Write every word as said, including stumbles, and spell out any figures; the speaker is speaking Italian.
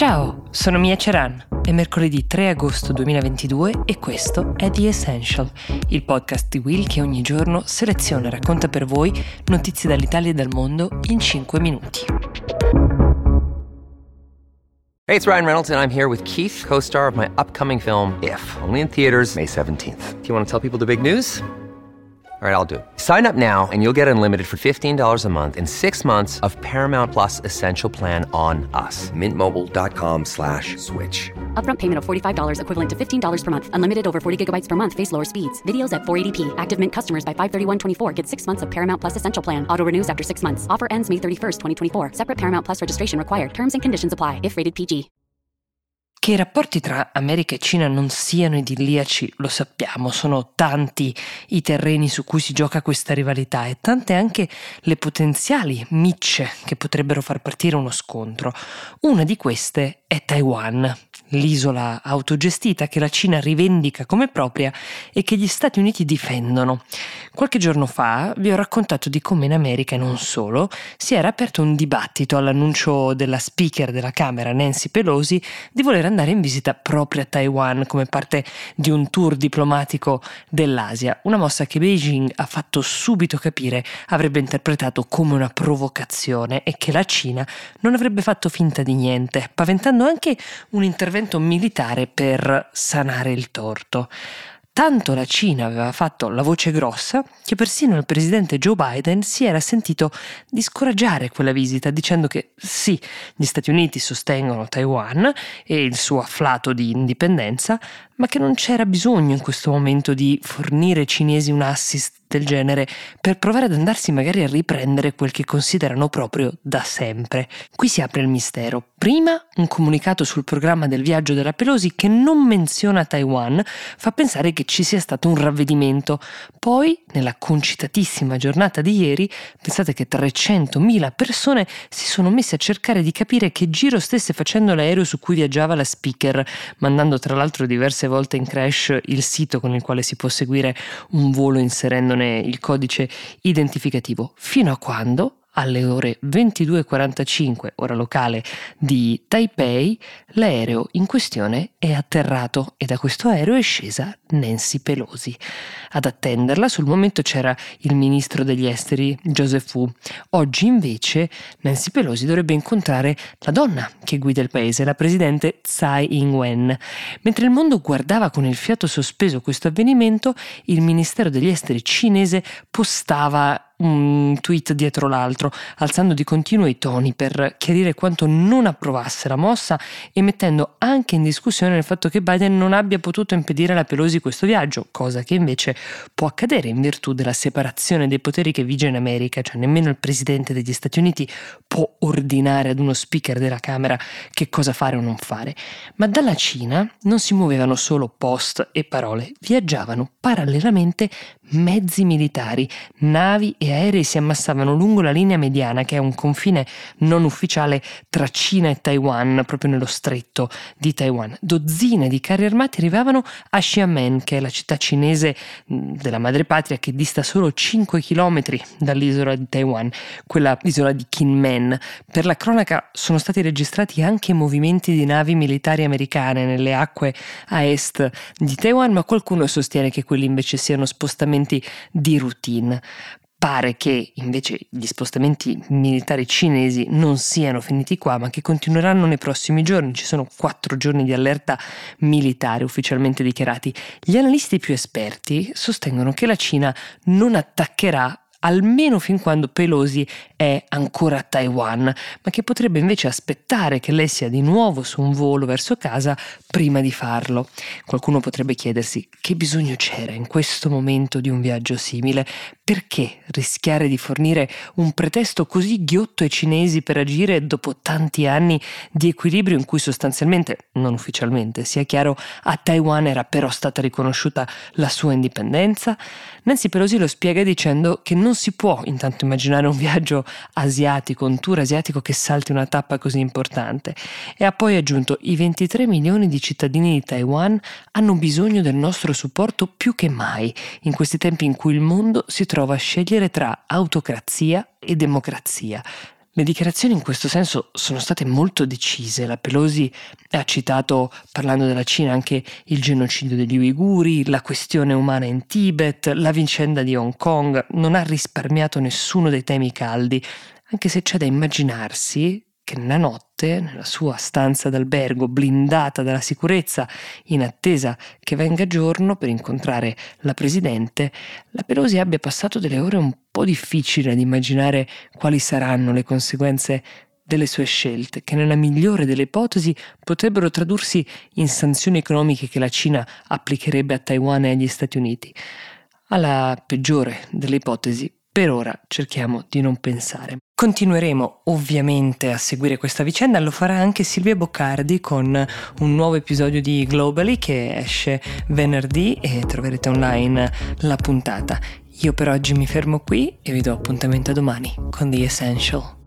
Ciao, sono Mia Ceran. È mercoledì tre agosto duemilaventidue e questo è The Essential, il podcast di Will che ogni giorno seleziona e racconta per voi notizie dall'Italia e dal mondo in cinque minuti. Hey, it's Ryan Reynolds and I'm here with Keith, co-star of my upcoming film, If, only in theaters May seventeenth. Do you want to tell people the big news? All right, I'll do it. Sign up now and you'll get unlimited for fifteen dollars a month and six months of Paramount Plus Essential Plan on us. Mint Mobile dot com slash switch. Upfront payment of forty-five dollars equivalent to fifteen dollars per month. Unlimited over forty gigabytes per month. Face lower speeds. Videos at four eighty p. Active Mint customers by five thirty-one twenty-four get six months of Paramount Plus Essential Plan. Auto renews after six months. Offer ends May thirty-first, twenty twenty-four. Separate Paramount Plus registration required. Terms and conditions apply if rated P G. Che i rapporti tra America e Cina non siano idilliaci lo sappiamo, sono tanti i terreni su cui si gioca questa rivalità e tante anche le potenziali micce che potrebbero far partire uno scontro. Una di queste è Taiwan, l'isola autogestita che la Cina rivendica come propria e che gli Stati Uniti difendono. Qualche giorno fa vi ho raccontato di come in America e non solo si era aperto un dibattito all'annuncio della speaker della Camera Nancy Pelosi di voler andare in visita proprio a Taiwan come parte di un tour diplomatico dell'Asia, una mossa che Beijing ha fatto subito capire avrebbe interpretato come una provocazione e che la Cina non avrebbe fatto finta di niente, paventando anche un intervento militare per sanare il torto. Tanto la Cina aveva fatto la voce grossa che persino il presidente Joe Biden si era sentito di scoraggiare quella visita dicendo che sì, gli Stati Uniti sostengono Taiwan e il suo afflato di indipendenza, ma che non c'era bisogno in questo momento di fornire ai cinesi un assist del genere per provare ad andarsi magari a riprendere quel che considerano proprio da sempre. Qui si apre il mistero. Prima un comunicato sul programma del viaggio della Pelosi che non menziona Taiwan fa pensare che ci sia stato un ravvedimento. Poi, nella concitatissima giornata di ieri, pensate che trecentomila persone si sono messe a cercare di capire che giro stesse facendo l'aereo su cui viaggiava la speaker, mandando tra l'altro diverse volte in crash il sito con il quale si può seguire un volo inserendone il codice identificativo, fino a quando alle ore ventidue e quarantacinque, ora locale di Taipei, l'aereo in questione è atterrato e da questo aereo è scesa Nancy Pelosi. Ad attenderla sul momento c'era il ministro degli esteri Joseph Wu. Oggi invece Nancy Pelosi dovrebbe incontrare la donna che guida il paese, la presidente Tsai Ing-wen. Mentre il mondo guardava con il fiato sospeso questo avvenimento, il ministero degli esteri cinese postava un tweet dietro l'altro, alzando di continuo i toni per chiarire quanto non approvasse la mossa e mettendo anche in discussione il fatto che Biden non abbia potuto impedire alla Pelosi questo viaggio, cosa che invece può accadere in virtù della separazione dei poteri che vige in America, cioè nemmeno il presidente degli Stati Uniti può ordinare ad uno speaker della Camera che cosa fare o non fare. Ma dalla Cina non si muovevano solo post e parole, viaggiavano parallelamente mezzi militari, navi e aerei si ammassavano lungo la linea mediana che è un confine non ufficiale tra Cina e Taiwan, proprio nello stretto di Taiwan. Dozzine di carri armati arrivavano a Xiamen, che è la città cinese della madrepatria che dista solo cinque chilometri dall'isola di Taiwan, quella isola di Kinmen. Per la cronaca sono stati registrati anche movimenti di navi militari americane nelle acque a est di Taiwan, ma qualcuno sostiene che quelli invece siano spostamenti di routine. Pare che invece gli spostamenti militari cinesi non siano finiti qua, ma che continueranno nei prossimi giorni. Ci sono quattro giorni di allerta militare ufficialmente dichiarati. Gli analisti più esperti sostengono che la Cina non attaccherà almeno fin quando Pelosi è ancora a Taiwan, ma che potrebbe invece aspettare che lei sia di nuovo su un volo verso casa prima di farlo. Qualcuno potrebbe chiedersi che bisogno c'era in questo momento di un viaggio simile, perché rischiare di fornire un pretesto così ghiotto ai cinesi per agire dopo tanti anni di equilibrio in cui sostanzialmente, non ufficialmente, sia chiaro, a Taiwan era però stata riconosciuta la sua indipendenza? Nancy Pelosi lo spiega dicendo che non si può intanto immaginare un viaggio asiatico, un tour asiatico che salti una tappa così importante, e ha poi aggiunto: i ventitré milioni di cittadini di Taiwan hanno bisogno del nostro supporto più che mai in questi tempi in cui il mondo si trova a scegliere tra autocrazia e democrazia. Le dichiarazioni in questo senso sono state molto decise. La Pelosi ha citato, parlando della Cina, anche il genocidio degli uiguri, la questione umana in Tibet, la vicenda di Hong Kong. Non ha risparmiato nessuno dei temi caldi, anche se c'è da immaginarsi che nella notte, nella sua stanza d'albergo blindata dalla sicurezza, in attesa che venga giorno per incontrare la Presidente, la Pelosi abbia passato delle ore un po' difficili ad immaginare quali saranno le conseguenze delle sue scelte, che nella migliore delle ipotesi potrebbero tradursi in sanzioni economiche che la Cina applicherebbe a Taiwan e agli Stati Uniti. Alla peggiore delle ipotesi, per ora cerchiamo di non pensare. Continueremo ovviamente a seguire questa vicenda, lo farà anche Silvia Boccardi con un nuovo episodio di Globally che esce venerdì e troverete online la puntata. Io per oggi mi fermo qui e vi do appuntamento a domani con The Essential.